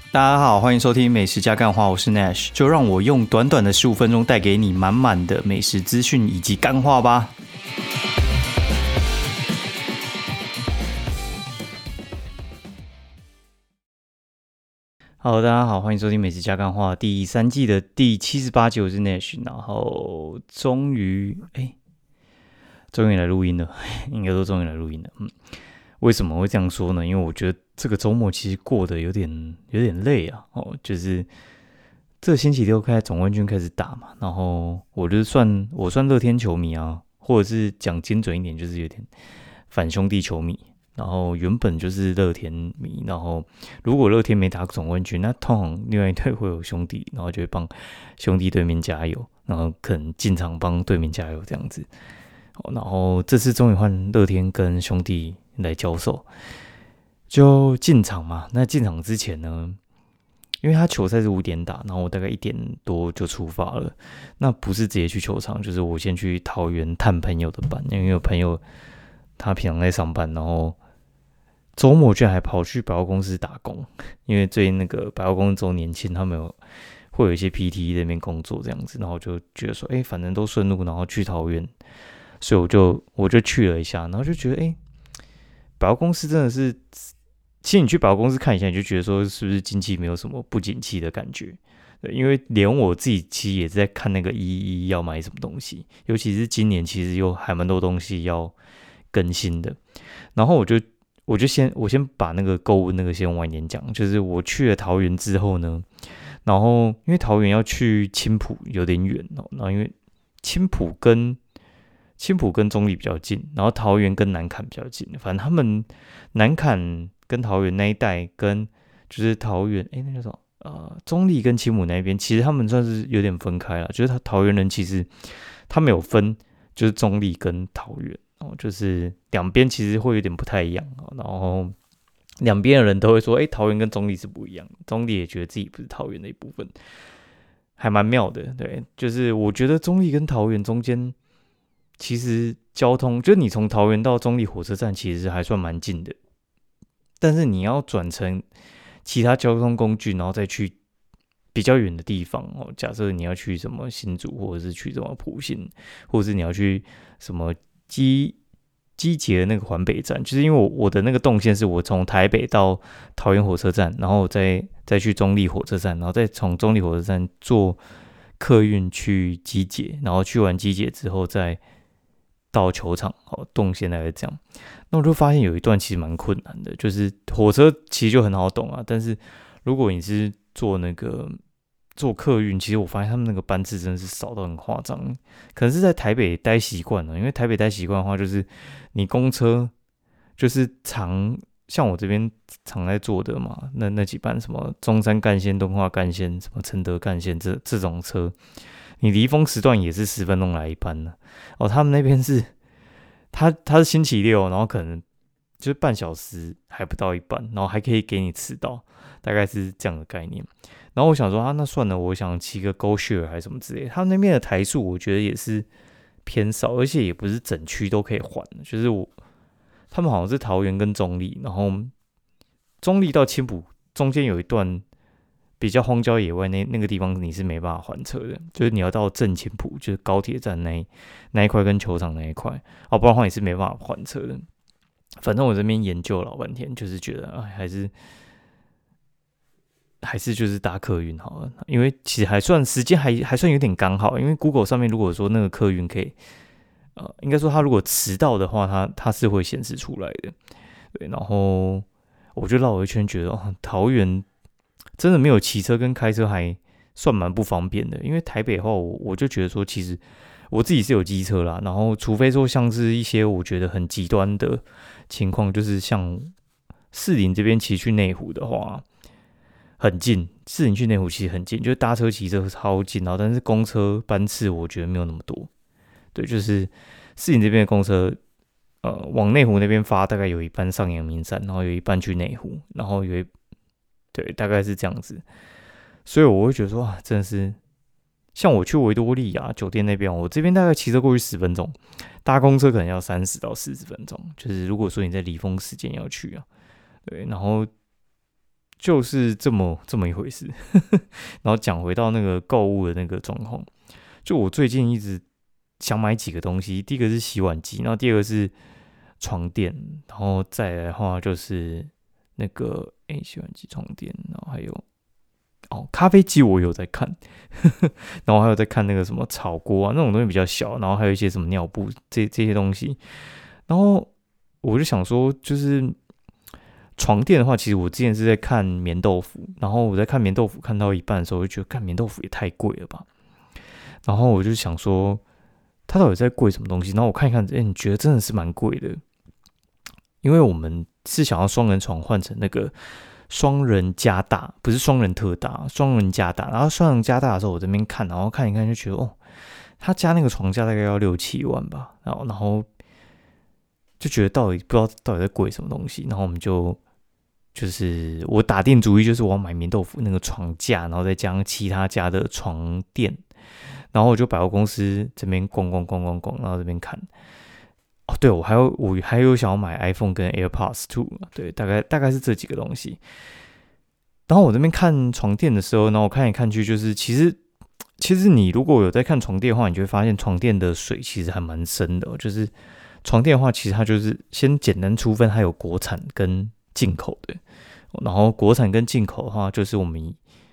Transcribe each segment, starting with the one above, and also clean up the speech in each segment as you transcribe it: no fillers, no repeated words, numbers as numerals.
大家好，欢迎收听美食加干话，我是 Nash， 就让我用短短的15分钟带给你满满的美食资讯以及干话吧。Hello， 大家好，欢迎收听美食加干话第3季的第78集，我是 Nash， 然后终于来录音了，应该说终于来录音了。为什么会这样说呢？因为我觉得这个周末其实过得有点累啊。就是这个星期六总冠军开始打嘛，然后我算乐天球迷啊，或者是讲精准一点，就是有点反兄弟球迷。然后原本就是乐天迷，然后如果乐天没打总冠军，那通常另外一队会有兄弟，然后就会帮兄弟对面加油，然后可能进场帮对面加油这样子。然后这次终于换乐天跟兄弟来交手，就进场嘛。那进场之前呢，因为他球赛是5点打，然后我大概1点多就出发了。那不是直接去球场，就是我先去桃园探朋友的班，因为有朋友他平常在上班，然后周末居然还跑去百货公司打工，因为最近那个百货公司周年庆，他们会有一些 PT 在那边工作这样子，然后就觉得说，反正都顺路，然后去桃园。所以我就去了一下，然后就觉得，百货公司真的是，其实你去百货公司看一下，你就觉得说，是不是经济没有什么不景气的感觉？对，因为连我自己其实也是在看那个111要买什么东西，尤其是今年其实有还蛮多东西要更新的。然后我先把那个购物那个先晚一点讲，就是我去了桃园之后呢，然后因为桃园要去青埔有点远哦，然后因为青埔跟中壢比较近，然后桃园跟南崁比较近。反正他们南崁跟桃园那一带，跟就是桃园那叫什么中壢跟青埔那边，其实他们算是有点分开了。就是桃园人其实他们有分，就是中壢跟桃园就是两边其实会有点不太一样然后两边的人都会说，桃园跟中壢是不一样，中壢也觉得自己不是桃园的一部分，还蛮妙的。对，就是我觉得中壢跟桃园中间。其实交通，就是你从桃园到中壢火车站，其实还算蛮近的。但是你要转乘其他交通工具，然后再去比较远的地方假设你要去什么新竹，或者是去什么埔心，或者是你要去什么基捷的那个环北站，就是因为我的那个动线是我从台北到桃园火车站，然后再去中壢火车站，然后再从中壢火车站坐客运去基捷，然后去完基捷之后再到球场，动线大概这样。那我就发现有一段其实蛮困难的，就是火车其实就很好懂啊，但是如果你是坐客运，其实我发现他们那个班次真的是少到很夸张。可能是在台北待习惯了，因为台北待习惯的话，就是你公车就是像我这边常在坐的嘛，那几班什么中山干线、敦化干线、什么承德干线这种车。你离峰时段也是10分钟来一班呢。他们那边是，他是星期六，然后可能就是半小时还不到一班，然后还可以给你迟到，大概是这样的概念。然后我想说那算了，我想骑个 GoShare 还是什么之类的。他们那边的台数我觉得也是偏少，而且也不是整区都可以还，就是他们好像是桃园跟中壢，然后中壢到青埔中间有一段。比较荒郊野外那个地方你是没办法还车的，就是你要到正青埔，就是高铁站那一块跟球场那一块不然的话你是没办法还车的。反正我这边研究了老半天，就是觉得还是就是搭客运好了，因为其实还算时间还算有点刚好，因为 Google 上面如果说那个客运可以应该说他如果迟到的话，他是会显示出来的。对，然后我就绕了一圈，觉得桃园。真的没有骑车跟开车还算蛮不方便的，因为台北的话，我就觉得说，其实我自己是有机车啦，然后除非说像是一些我觉得很极端的情况，就是像士林这边骑去内湖的话，很近，士林去内湖其实很近，就是搭车骑车超近，然后但是公车班次我觉得没有那么多，对，就是士林这边的公车。往内湖那边发，大概有一班上阳明山，然后有一班去内湖，然后对，大概是这样子，所以我会觉得说，真的是像我去维多利亚酒店那边，我这边大概骑车过去10分钟，搭公车可能要30到40分钟。就是如果说你在离峰时间要去对，然后就是这么一回事。然后讲回到那个购物的那个状况，就我最近一直想买几个东西，第一个是洗碗机，然后第二个是床垫，然后再来的话就是那个洗碗机、床垫，然后还有咖啡机我有在看，然后还有在看那个什么炒锅啊那种东西比较小，然后还有一些什么尿布这些东西，然后我就想说就是床垫的话，其实我之前是在看棉豆腐，然后我在看棉豆腐看到一半的时候，我就觉得看棉豆腐也太贵了吧，然后我就想说它到底在贵什么东西，然后我看一看，你觉得真的是蛮贵的，因为我们是想要双人床换成那个双人加大，不是双人特大，双人加大。然后双人加大的时候，我这边看，然后看一看就觉得他加那个床架大概要6-7万吧，然后就觉得不知道到底在贵什么东西，然后我们就是我打定主意，就是我要买棉豆腐那个床架，然后再加上其他家的床垫，然后我就百货公司这边逛，然后这边看。对，我还有想要买 iPhone 跟 AirPods 2，对，大概是这几个东西。然后我这边看床垫的时候，然后我看来看去，就是其实你如果有在看床垫的话，你就会发现床垫的水其实还蛮深的，就是床垫的话，其实它就是先简单粗分，它有国产跟进口的。然后国产跟进口的话，就是我们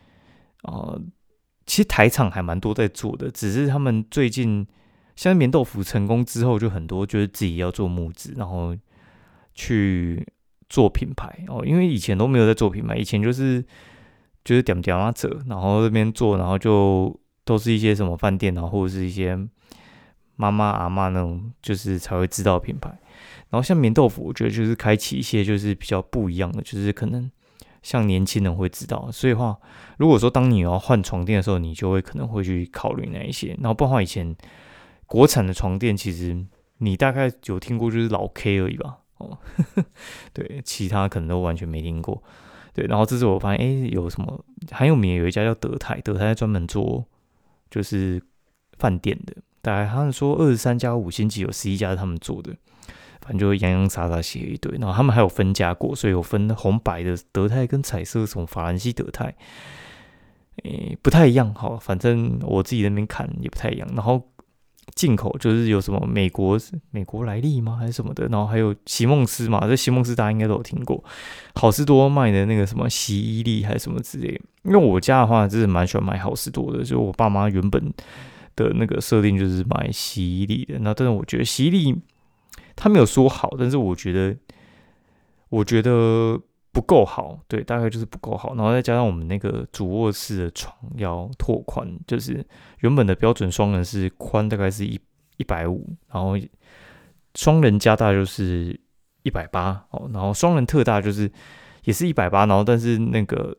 其实台厂还蛮多在做的，只是他们最近像棉豆腐成功之后，就很多就是自己要做募资，然后去做品牌因为以前都没有在做品牌，以前就是点折，然后这边做，然后就都是一些什么饭店，然后或者是一些妈妈阿嬷那种，就是才会知道品牌。然后像棉豆腐，我觉得就是开启一些就是比较不一样的，就是可能像年轻人会知道。所以的话，如果说当你要换床垫的时候，你就会可能会去考虑那一些。然后不然的话，以前国产的床垫其实你大概有听过就是老 K 而已吧，对，其他可能都完全没听过。对，然后这次我发现有什么很有名的，有一家叫德泰专门做就是饭店的，大概他们说23家5星级有11家是他们做的，反正就洋洋洒洒写一堆。然后他们还有分家过，所以有分红白的德泰跟彩色什么法兰西德泰，不太一样。好，反正我自己在那边看也不太一样。然后进口就是有什么美国莱利吗还是什么的，然后还有席梦思嘛，这席梦思大家应该都有听过，好事多卖的那个什么洗衣粒还是什么之类的。因为我家的话真的蛮喜欢买好事多的，就我爸妈原本的那个设定就是买洗衣粒的，那但是我觉得洗衣粒他没有说好，但是我觉得不够好，对，大概就是不够好。然后再加上我们那个主卧室的床要拓宽，就是原本的标准双人是宽大概是150，然后双人加大就是180，然后双人特大就是也是180，然后但是那个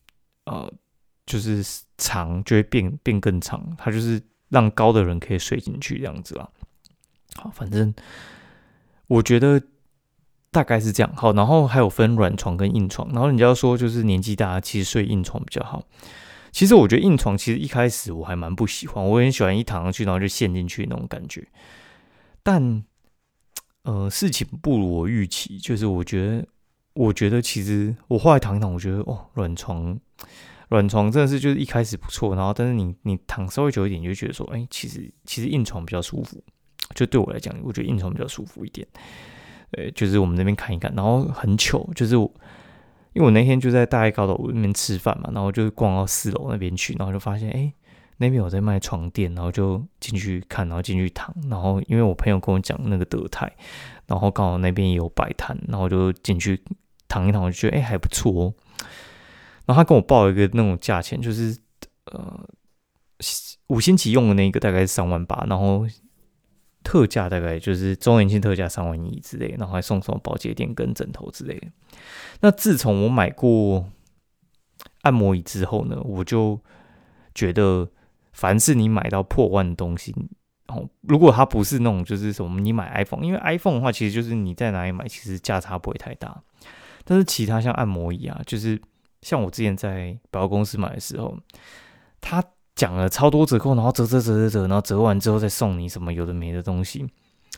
就是长就会变更长，它就是让高的人可以睡进去这样子啦。好，反正我觉得大概是这样。好，然后还有分软床跟硬床，然后人家说就是年纪大其实睡硬床比较好。其实我觉得硬床其实一开始我还蛮不喜欢，我很喜欢一躺上去然后就陷进去那种感觉。但事情不如我预期，就是我觉得其实我后来躺一躺，我觉得软床真的是就是一开始不错，然后但是你躺稍微久一点，你就觉得说，其实硬床比较舒服。就对我来讲，我觉得硬床比较舒服一点。就是我们那边看一看，然后很糗，就是因为我那天就在大爱高楼那边吃饭嘛，然后就逛到4楼那边去，然后就发现那边有在卖床垫，然后就进去看，然后进去躺，然后因为我朋友跟我讲那个德泰，然后刚好那边也有摆摊，然后就进去躺一躺，我就觉得还不错哦。然后他跟我报一个那种价钱，就是5星级用的那个大概是38000，然后特价大概就是周年庆特价31000之类的，然后还送什么保洁垫跟枕头之类的。那自从我买过按摩椅之后呢，我就觉得凡是你买到破万的东西，如果它不是那种就是什么你买 iPhone， 因为 iPhone 的话其实就是你在哪里买其实价差不会太大，但是其他像按摩椅啊，就是像我之前在百货公司买的时候，它讲了超多折扣，然后折，然后折完之后再送你什么有的没的东西，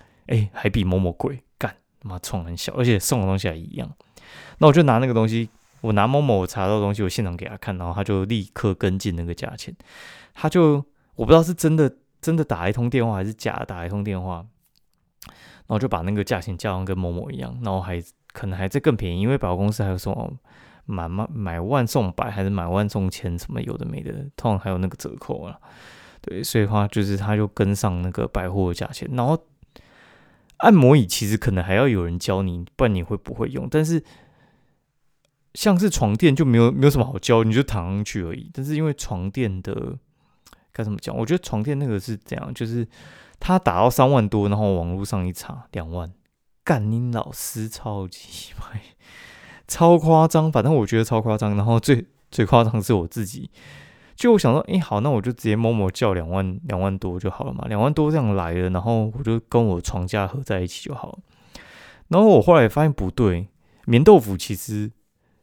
还比某某贵，干妈冲很小，而且送的东西还一样。那我就拿那个东西我拿某某查到的东西，我现场给他看，然后他就立刻跟进那个价钱。他就我不知道是真的打一通电话还是假的打一通电话，然后就把那个价钱降到跟某某一样，然后可能还在更便宜，因为百货公司还有什么买万送百还是买万送千什么有的没的，通常还有那个折扣啦。对，所以的话就是他就跟上那个百货的价钱，然后按摩椅其实可能还要有人教你，不然你会不会用？但是像是床垫就没有什么好教，你就躺上去而已。但是因为床垫的该怎么讲？我觉得床垫那个是这样，就是他打到3万多，然后网络上一查2万，干你老师超级卖，超夸张。反正我觉得超夸张。然后最夸张的是我自己，就我想说，好，那我就直接某某叫2万多就好了嘛，2万多这样来了，然后我就跟我床架合在一起就好了。然后我后来发现不对，棉豆腐其实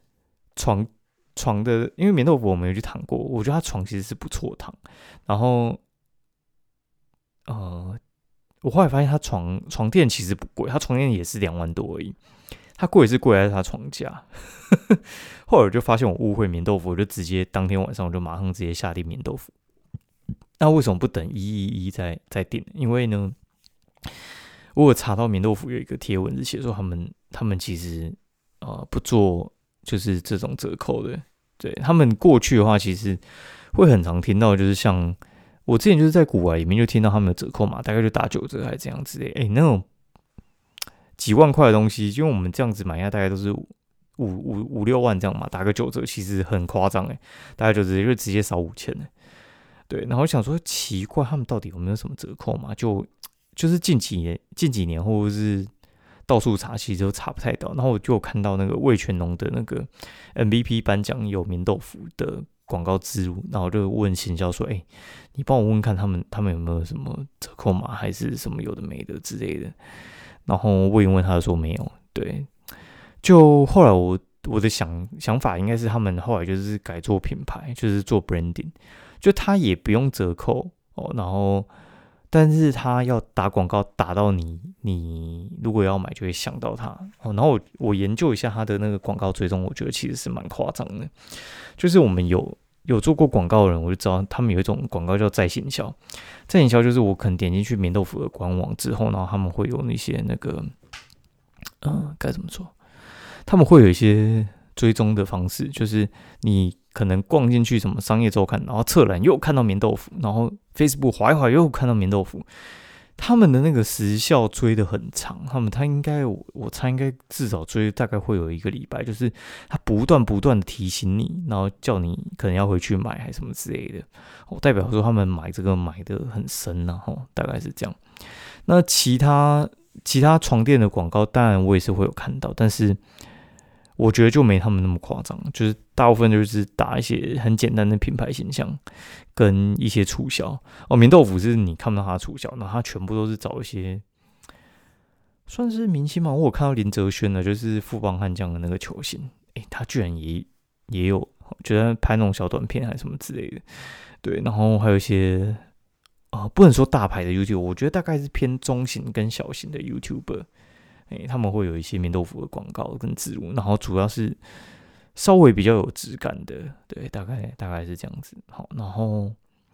床的，因为棉豆腐我没有去躺过，我觉得它床其实是不错躺。然后我后来发现它床垫其实不贵，它床垫也是2万多而已。它贵是贵在它床架。后来我就发现我误会棉豆腐，我就直接当天晚上我就马上直接下订棉豆腐。那为什么不等111再订？因为呢，我有查到棉豆腐有一个贴文是写说他们其实不做就是这种折扣的。对，他们过去的话，其实会很常听到，就是像我之前就是在股外里面就听到他们的折扣嘛，大概就打9折还是这样之类。那种几万块的东西，因为我们这样子买下大概都是5、6万这样嘛，打个9折其实很夸张大概就直接少5000对，然后想说奇怪，他们到底有没有什么折扣嘛？就是近几年或者是到处查，其实都查不太到。然后我就有看到那个味全龙的那个 MVP 颁奖有棉豆腐的广告植入，然后我就问行销说：“你帮我问看他们有没有什么折扣码，还是什么有的没的之类的。”然后问一问，他就说没有。对，就后来我的想法应该是他们后来就是改做品牌，就是做 branding， 就他也不用折扣然后。但是他要打广告打到你如果要买就会想到他然后我研究一下他的那个广告追踪，我觉得其实是蛮夸张的。就是我们有做过广告的人，我就知道他们有一种广告叫再行销。再行销就是我可能点进去棉豆腐的官网之后，然后他们会有那些那个该怎么说？他们会有一些追踪的方式，就是你可能逛进去什么商业周刊，然后侧览又看到棉豆腐，然后 Facebook 滑一滑又看到棉豆腐，他们的那个时效追得很长，他应该我猜应该至少追大概会有1个礼拜，就是他不断的提醒你，然后叫你可能要回去买还是什么之类的，代表说他们买这个买得很深大概是这样。那其他床垫的广告，当然我也是会有看到，但是我觉得就没他们那么夸张，就是大部分就是打一些很简单的品牌形象跟一些促销棉豆腐是你看不到它的促销，然后它全部都是找一些算是明星嘛。我有看到林哲轩的，就是富邦悍将的那个球星，他居然也有觉得拍那种小短片还是什么之类的。对，然后还有一些不能说大牌的 YouTuber， 我觉得大概是偏中型跟小型的 YouTuber。他们会有一些棉豆腐的广告跟植入，然后主要是稍微比较有质感的，对，大概是这样子。好，然后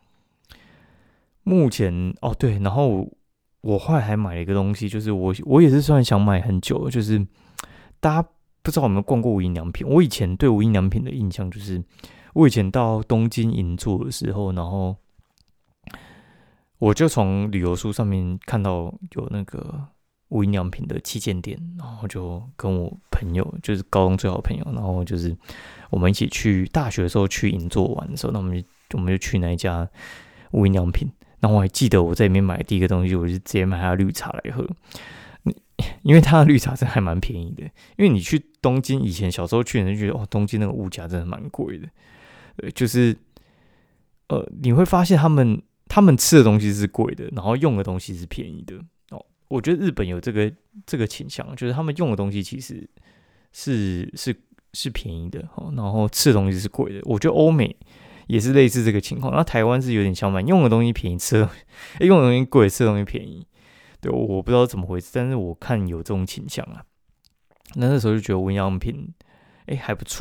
目前对，然后我后来还买了一个东西，就是我也是算想买很久了，就是大家不知道有没有逛过无印良品。我以前对无印良品的印象就是，我以前到东京银座的时候，然后我就从旅游书上面看到有那个无印良品的旗舰店，然后就跟我朋友，就是高中最好的朋友，然后就是我们一起去大学的时候去银座玩的时候，那我们就去那一家无印良品。然后我还记得我在里面买的第一个东西，我就直接买他的绿茶来喝，因为他的绿茶真的还蛮便宜的。因为你去东京以前小时候去，你就觉得东京那个物价真的蛮贵的，就是你会发现他们吃的东西是贵的，然后用的东西是便宜的。我觉得日本有这个倾向，就是他们用的东西其实是便宜的，然后吃的东西是贵的。我觉得欧美也是类似这个情况，那台湾是有点相反，用的东西便宜，吃的东西用的东西贵，吃的东西便宜。对，我不知道怎么回事，但是我看有这种倾向啊。那时候就觉得无印良品还不错，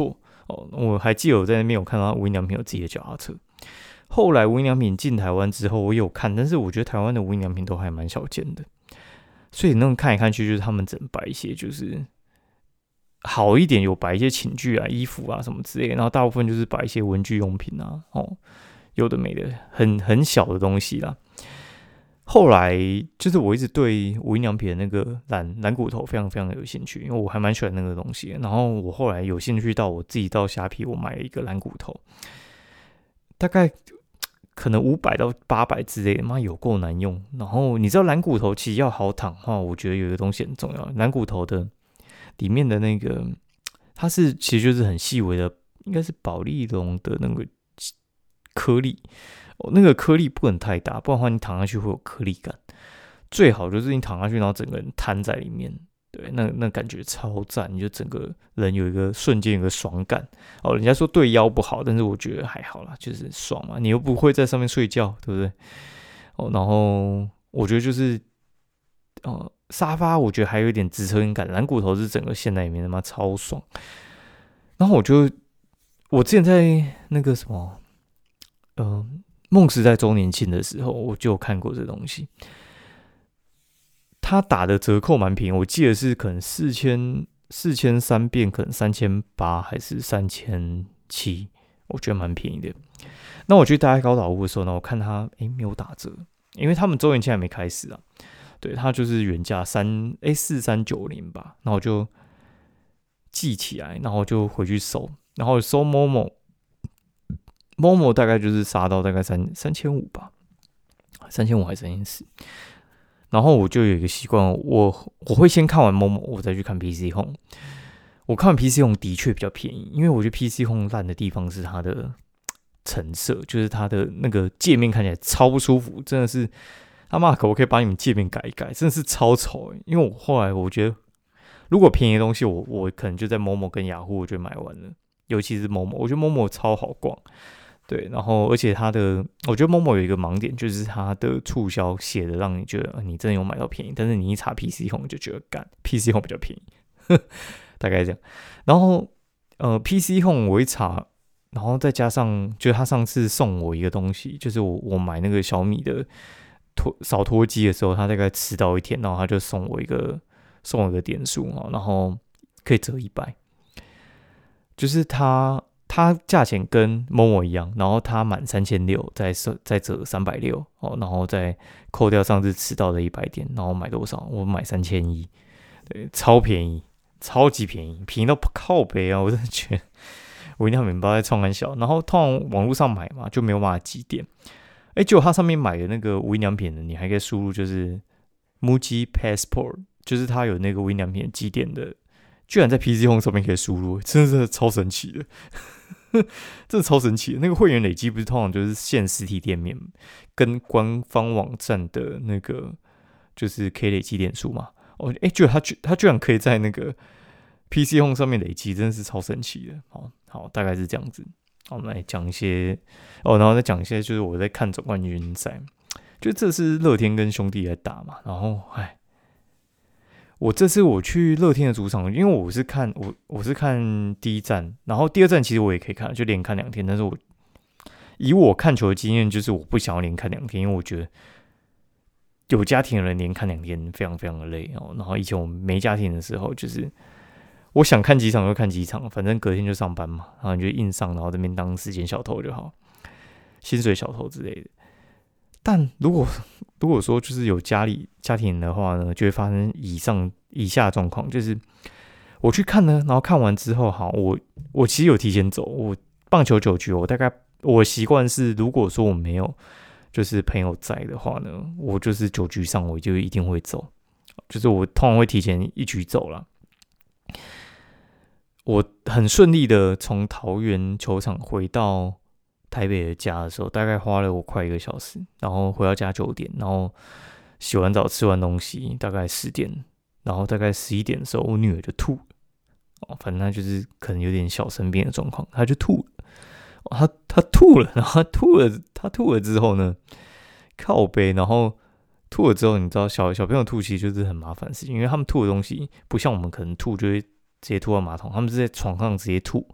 我还记得我在那边有看到无印良品有自己的脚踏车。后来无印良品进台湾之后，我有看，但是我觉得台湾的无印良品都还蛮小间的，所以那种看来看去，就是他们只能摆一些就是好一点，有摆一些寝具啊、衣服啊什么之类的，然后大部分就是摆一些文具用品啊，有的没的，很小的东西啦。后来就是我一直对无印良品的那个蓝骨头非常非常的有兴趣，因为我还蛮喜欢那个东西的。然后我后来有兴趣到我自己到虾皮，我买了一个蓝骨头，大概可能500到800之类的，妈有够难用。然后你知道蓝骨头其实要好躺的话，我觉得有一个东西很重要，蓝骨头的里面的那个它是其实就是很细微的，应该是保丽龙的那个颗粒。那个颗粒不能太大，不然的话你躺下去会有颗粒感。最好就是你躺下去，然后整个人瘫在里面，对，那感觉超赞，你就整个人有一个瞬间有一个爽感。人家说对腰不好，但是我觉得还好啦，就是爽嘛，你又不会在上面睡觉，对不对？然后我觉得就是沙发，我觉得还有一点支撑感，蓝骨头是整个陷在里面，他妈超爽。然后我之前在那个什么，梦时代周年庆的时候，我就有看过这东西。他打的折扣蛮便宜，我记得是可能4300变，可能3800还是3700，我觉得蛮便宜的。那我去大爱高岛屋的时候呢，我看他没有打折，因为他们周年庆还没开始啊。对，他就是原价4390吧，然后我就记起来，然后就回去搜，然后搜Momo 大概就是杀到大概3500吧，3500还是3400。然后我就有一个习惯，我会先看完 Momo， 我再去看 PC Home。我看完 PC Home 的确比较便宜，因为我觉得 PC Home 烂的地方是它的成色，就是它的那个界面看起来超不舒服，真的是他妈可不可以把你们界面改一改？真的是超丑因为我后来我觉得，如果便宜的东西我可能就在 Momo 跟雅虎我就买完了，尤其是 Momo， 我觉得 Momo 超好逛。对，然后而且我觉得 Momo 有一个盲点，就是它的促销写的让你觉得你真的有买到便宜，但是你一查 PC Home 就觉得PC Home 比较便宜，大概这样。然后PC Home 我一查，然后再加上就是他上次送我一个东西，就是我买那个小米的扫拖机的时候，他大概迟到1天，然后他就送我一个点数，然后可以折100，就是它价钱跟 Momo 一样，然后它满3600再折360然后再扣掉上次迟到的100点，然后买多少？我买3100，对，超便宜，超级便宜，便宜到靠北啊！我真的觉得我一定要明白在创很小，然后通常网络上买嘛就没有办法集点，结果它上面买的那个无印良品的，你还可以输入就是 Muji Passport， 就是它有那个无印良品的集点的。居然在 PC Home 上面可以输入，真的是超神奇的，真的超神奇的。那个会员累积不是通常就是限实体店面跟官方网站的那个，就是可以累积点数嘛？就他居然可以在那个 PC Home 上面累积，真的是超神奇的。好，大概是这样子。我们来讲一些然后再讲一些，就是我在看总冠军赛，就这是乐天跟兄弟来打嘛，然后我这次我去乐天的主场，因为我是看第一站，然后第二站其实我也可以看，就连看2天。但是以我看球的经验，就是我不想要连看2天，因为我觉得有家庭的人连看2天非常非常的累然后以前我没家庭的时候，就是我想看几场就看几场，反正隔天就上班嘛，然后你就硬上，然后这边当时间小偷就好，薪水小偷之类的。但如果说就是有家庭的话呢，就会发生以下状况，就是我去看呢，然后看完之后，我其实有提前走。我棒球9局，我习惯是，如果说我没有就是朋友在的话呢，我就是9局上我就一定会走，就是我通常会提前1局走了。我很顺利的从桃园球场回到台北的家的时候，大概花了我快1个小时，然后回到家9点，然后洗完澡吃完东西，大概10点，然后大概11点的时候，我女儿就吐了，反正她就是可能有点小生病的状况，她就吐了，她吐了，然后她吐了之后呢，靠背，然后吐了之后，你知道小朋友吐其实就是很麻烦的事情，因为他们吐的东西不像我们可能吐就会直接吐到马桶，他们是在床上直接吐。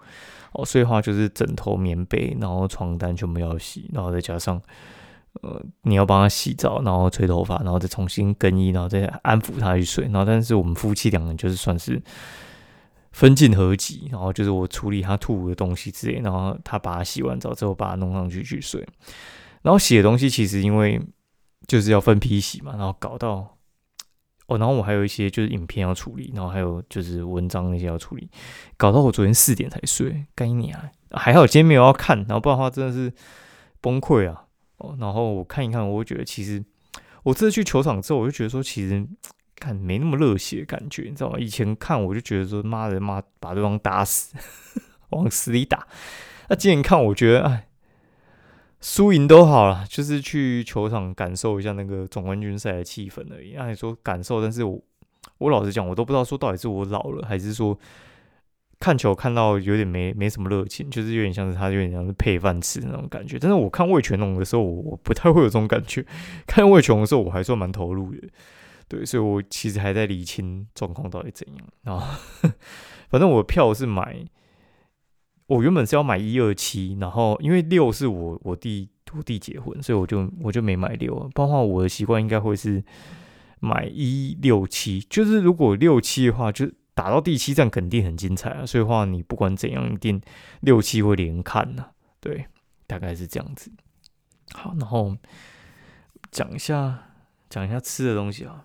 所以的话就是枕头、棉被，然后床单全部要洗，然后再加上你要帮他洗澡，然后吹头发，然后再重新更衣，然后再安抚他去睡。然后但是我们夫妻两人就是算是分进合集，然后就是我处理他吐的东西之类，然后他把他洗完澡之后把他弄上去睡。然后洗的东西其实因为就是要分批洗嘛，然后搞到然后我还有一些就是影片要处理，然后还有就是文章那些要处理，搞到我昨天4点才睡，干你啊！还好今天没有要看，然后不然的话真的是崩溃啊！然后我看一看，我会觉得其实我这次去球场之后，我就觉得说其实看没那么热血的感觉，你知道吗？以前看我就觉得说妈的把对方打死，往死里打。那今天看我觉得哎。输赢都好了，就是去球场感受一下那个总冠军赛的气氛而已。按理说感受，但是我老实讲，我都不知道说到底是我老了，还是说看球看到有点没什么热情，就是有点像是他有点像是配饭吃那种感觉。但是我看味全龙的时候，我不太会有这种感觉。看味全龙的时候，我还算蛮投入的，对，所以我其实还在理清状况到底怎样。然后反正我的票是买。我原本是要买127，然后因为6是我弟结婚，所以我就没买6。包括我的习惯应该会是买167，就是如果67的话，就打到第7站肯定很精彩啊。所以的话，你不管怎样，一定6、7会连看呐、对，大概是这样子。好，然后讲一下吃的东西啊。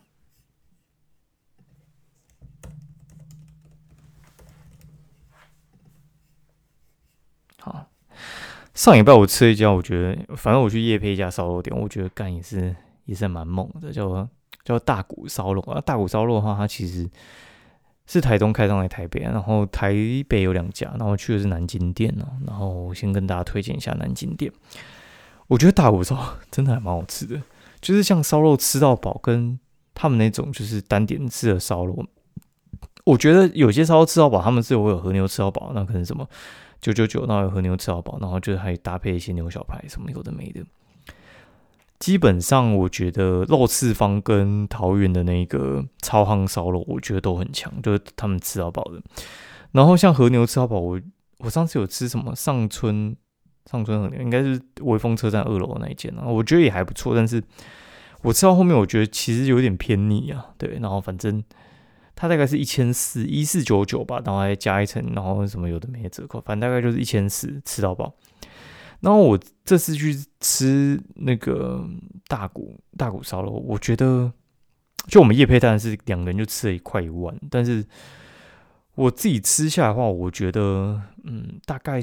好，上礼拜我吃了一家，我觉得反正我去业配一家烧肉店，我觉得干也是蛮猛的，叫大骨烧肉啊。大骨烧肉的话，它其实是台中开上来台北然后台北有2家，然后去的是南京店然后我先跟大家推荐一下南京店。我觉得大骨烧真的还蛮好吃的，就是像烧肉吃到饱，跟他们那种就是单点式的烧肉，我觉得有些烧肉吃到饱，他们是会有和牛吃到饱，那可能什么。999，然后有和牛吃到饱，然后就是还搭配一些牛小排什么有的没的。基本上我觉得肉翅坊跟桃园的那个超夯烧肉，我觉得都很强，就是他们吃到饱的。然后像和牛吃到饱，我上次有吃什么上村和牛，应该是微风车站2楼的那一间我觉得也还不错，但是我吃到后面我觉得其实有点偏腻啊，对，然后反正。它大概是1499吧，然后还加一层，然后什么有的没的折扣，反正大概就是1400吃到饱。然后我这次去吃那个大骨烧肉，我觉得就我们业配当然是2个人就吃了快1万，但是我自己吃下来的话，我觉得大概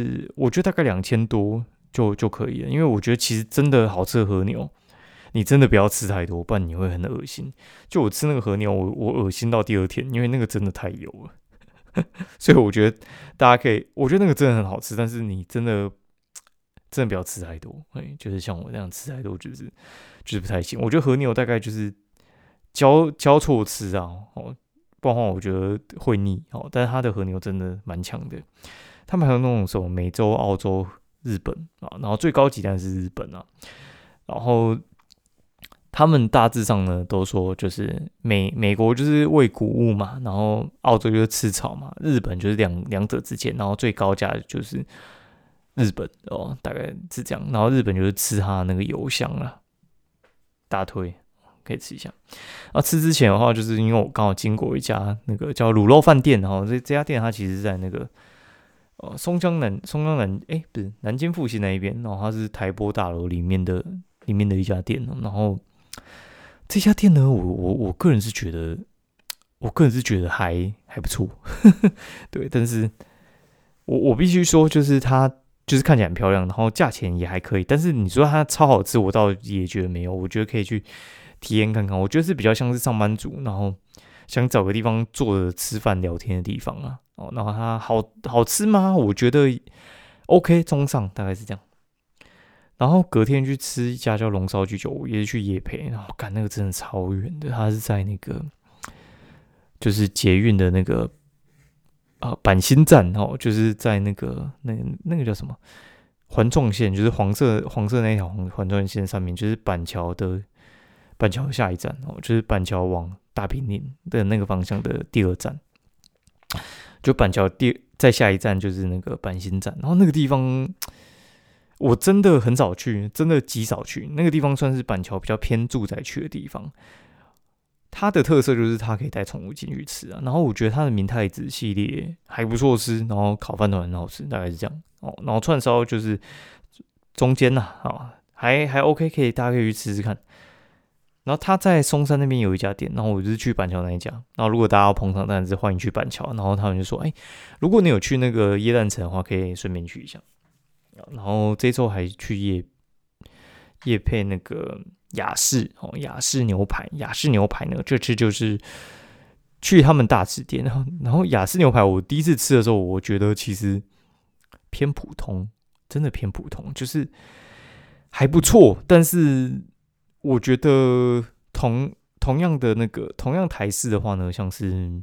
2000多就可以了，因为我觉得其实真的好吃的和牛。你真的不要吃太多，不然你会很恶心。就我吃那个和牛，我恶心到第2天，因为那个真的太油了。所以我觉得大家可以，我觉得那个真的很好吃，但是你真的不要吃太多。就是像我这样吃太多，就是不太行。我觉得和牛大概就是交错吃啊，不然的话我觉得会腻。但是它的和牛真的蛮强的。他们还有那种什么美洲、澳洲、日本然后最高级当然是日本然后。他们大致上呢都说，就是美国就是喂谷物嘛，然后澳洲就是吃草嘛，日本就是两者之间，然后最高价的就是日本大概是这样，然后日本就是吃它的那个油香啦，大推可以吃一下。吃之前的话，就是因为我刚好经过一家那个叫卤肉饭店，然后这家店它其实是在那个松江南不是南京复兴那一边，然后它是台波大楼里面的一家店然后。这家店呢，我个人是觉得，还不错，对，但是我必须说，就是它就是看起来很漂亮，然后价钱也还可以，但是你说它超好吃，我倒也觉得没有，我觉得可以去体验看看，我觉得是比较像是上班族，然后想找个地方坐着吃饭聊天的地方然后它好吃吗？我觉得 OK 中上，大概是这样。然后隔天去吃一家叫龙烧居酒屋，也是去业配，然后干那个真的超远的，它是在那个就是捷运的那个板新站就是在那个叫什么环状线，就是黄色那条环状线上面，就是板桥下一站就是板桥往大坪林的那个方向的第2站， 就板桥再下一站就是那个板新站，然后那个地方我真的很少去，真的极少去。那个地方算是板桥比较偏住宅区的地方。它的特色就是它可以带宠物进去吃啊，然后我觉得它的明太子系列还不错吃，然后烤饭团很好吃，大概是这样哦。然后串烧就是中间呐，还 OK，大家可以去吃吃看。然后他在松山那边有一家店，然后我就是去板桥那一家。然后如果大家要捧场，当然是欢迎去板桥。然后他们就说：“哎，如果你有去那个耶诞城的话，可以顺便去一下。”然后这周还去业配那个雅士雅士牛排。雅士牛排呢，这次就是去他们大吃店，然后雅士牛排我第一次吃的时候，我觉得其实偏普通，真的偏普通，就是还不错，但是我觉得同样台式的话呢，像是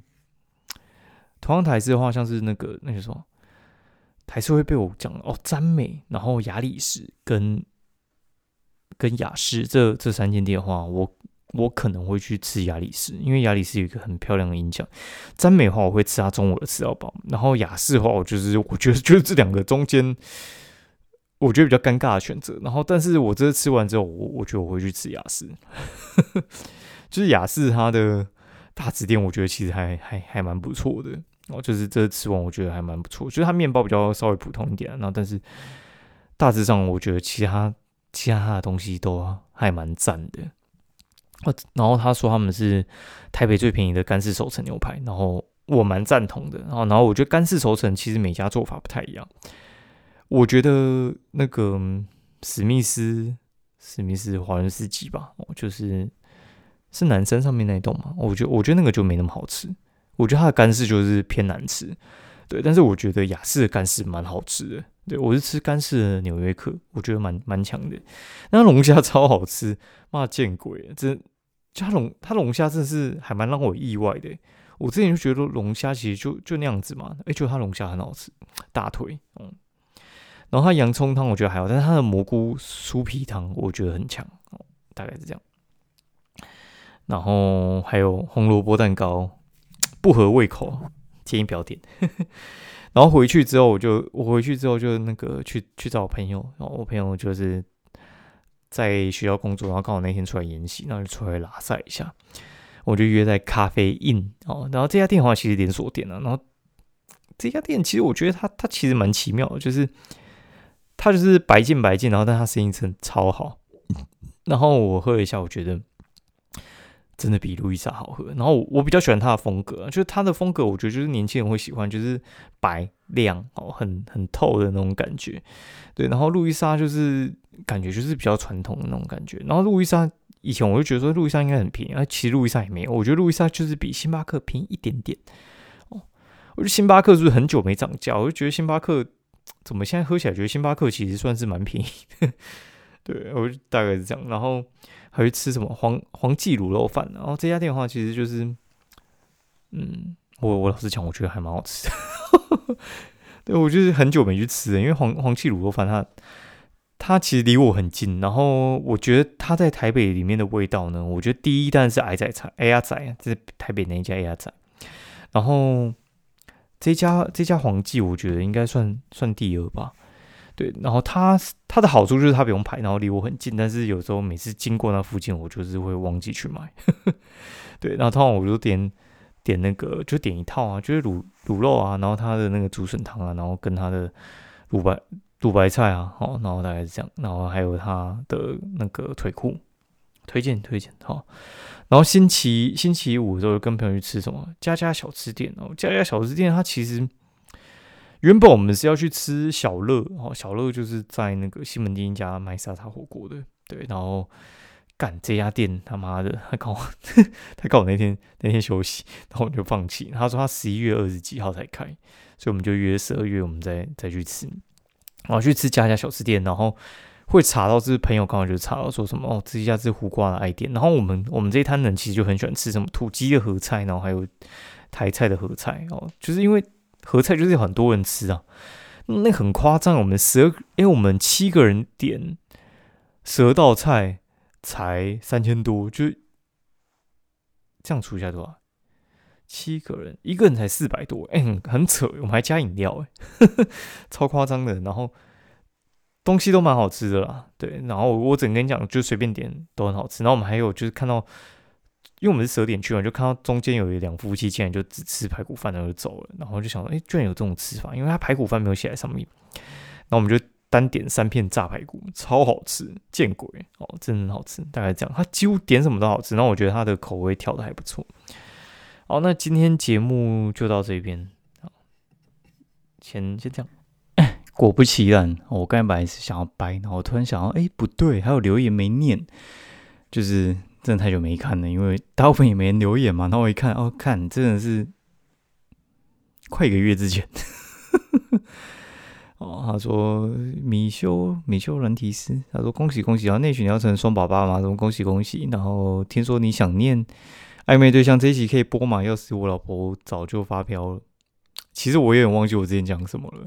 那个什么台式会被我讲詹美，然后雅里士跟雅士这3间店的话，我可能会去吃雅里士，因为雅里士有一个很漂亮的音响。詹美的话，我会吃它中午的吃到饱，然后雅士的话，我觉得就是这两个中间，我觉得比较尴尬的选择。然后，但是我这次吃完之后，我觉得我会去吃雅士，就是雅士它的大直店，我觉得其实还蛮不错的。就是这次吃完，我觉得还蛮不错，就是它面包比较稍微普通一点，然后但是大致上我觉得其他的东西都还蛮赞的。然后他说他们是台北最便宜的干式熟成牛排，然后我蛮赞同的。然后我觉得干式熟成其实每家做法不太一样。我觉得那个史密斯华伦斯基吧，就是南山上面那一栋嘛，我觉得那个就没那么好吃。我觉得它的干式就是偏难吃，对。但是我觉得雅式的干式蛮好吃的，对。我是吃干式的纽约客，我觉得蛮强的。那龙虾超好吃，妈见鬼了！真，它龙虾真的是还蛮让我意外的。我之前就觉得龙虾其实就那样子嘛，就它龙虾很好吃，大腿，然后它洋葱汤我觉得还好，但是它的蘑菇酥皮汤我觉得很强，大概是这样。然后还有红萝卜蛋糕。不合胃口，建议不要点。然后回去之后，我回去之后就那个去找我朋友，然后我朋友就是在学校工作，然后刚好那天出来研习，然后就出来拉塞一下，我就约在咖啡印然后这家店的话其实连锁店然后这家店其实我觉得它其实蛮奇妙的，就是它就是白净，然后但它生意真的超好。然后我喝了一下，我觉得。真的比路易莎好喝，然后我比较喜欢它的风格，就是它的风格，我觉得就是年轻人会喜欢，就是白亮很透的那种感觉，对。然后路易莎就是感觉就是比较传统的那种感觉，然后路易莎以前我就觉得说路易莎应该很便宜，其实路易莎也没有，我觉得路易莎就是比星巴克便宜一点点我觉得星巴克是不是很久没涨价？我就觉得星巴克怎么现在喝起来觉得星巴克其实算是蛮便宜的，对，我就大概是这样，然后。还会吃什么黄记卤肉饭，然后这家店的话，其实就是，我老实讲，我觉得还蛮好吃的。对，我就是很久没去吃了，因为黄记卤肉饭它其实离我很近，然后我觉得它在台北里面的味道呢，我觉得第一当然是矮仔菜 A 鸭仔，这是台北那一家 A 鸭仔，然后这家黄记，我觉得应该算第2吧。对，然后它的好处就是它不用排，然后离我很近，但是有时候每次经过那附近，我就是会忘记去买。对，然后通常我就点那个，就点一套啊，就是卤肉啊，然后它的那个竹笋汤啊，然后跟它的卤白菜啊，然后大概是这样，然后还有它的那个腿裤，推荐好。然后星期五的时候跟朋友去吃什么家小吃店家小吃店它其实。原本我们是要去吃小乐小乐就是在那个西门町一家卖沙茶火锅的，对，然后干这家店他妈的，他告我那天休息，然后我就放弃。他说他11月20几号才开，所以我们就约12月我们再去吃，然后去吃家小吃店，然后会查到是朋友刚好就查到说什么这一家是胡瓜的爱店，然后我们这一摊人其实就很喜欢吃什么土鸡的合菜，然后还有台菜的合菜就是因为。合菜就是有很多人吃啊，那很夸张。我们7个人点12道菜才3000多，就这样除一下多少 7个人，一个人才400多，很扯，我们还加饮料，超夸张的。然后东西都蛮好吃的啦，对。然后我整跟你讲，就随便点都很好吃。然后我们还有就是看到，因为我们是10点去嘛，就看到中间有2夫妻竟然就只吃排骨饭然后就走了。然后就想说，居然有这种吃法，因为他排骨饭没有写在上面。然后我们就单点3片炸排骨，超好吃，见鬼哦，真的很好吃。大概这样，他几乎点什么都好吃。然后我觉得他的口味调的还不错。好，那今天节目就到这边，先这样。果不其然，我刚才本来是想要掰，然后我突然想到，不对，还有留言没念，就是真的太久没看了，因为大部分也没人留言嘛。然后我一看，看真的是快1个月之前。他说米修人提示，他说恭喜恭喜啊，内许你要成双宝宝嘛，什么恭喜恭喜。然后听说你想念暧昧对象，这一集可以播嘛？要是我老婆早就发飙了。其实我有点忘记我之前讲什么了。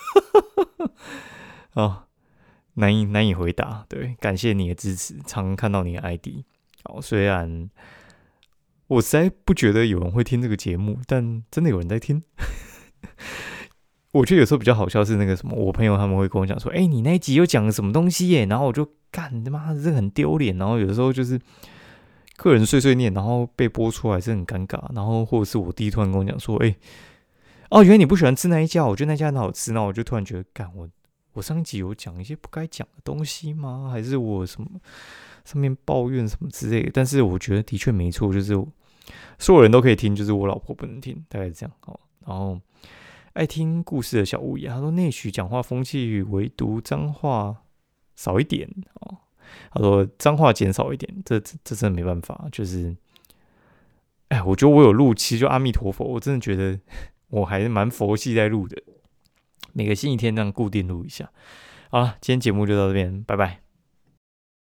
难以回答。对，感谢你的支持，常看到你的 ID。好，虽然我实在不觉得有人会听这个节目，但真的有人在听。我觉得有时候比较好笑是那个什么，我朋友他们会跟我讲说，你那一集又讲了什么东西耶？然后我就干他妈的，这个很丢脸。然后有的时候就是个人碎碎念，然后被播出来是很尴尬。然后或者是我弟突然跟我讲说，原来你不喜欢吃那一家，我觉得那家很好吃。然后我就突然觉得，干我上一集有讲一些不该讲的东西吗？还是我什么上面抱怨什么之类的？但是我觉得的确没错，就是所有人都可以听，就是我老婆不能听，大概是这样。然后爱听故事的小物野，他说内许讲话风气唯独脏话少一点哦。他说脏话减少一点，这真的没办法，就是我觉得我有录，其实就阿弥陀佛，我真的觉得我还是蛮佛系在录的，每个星期天这样固定录一下。好了，今天节目就到这边，拜拜。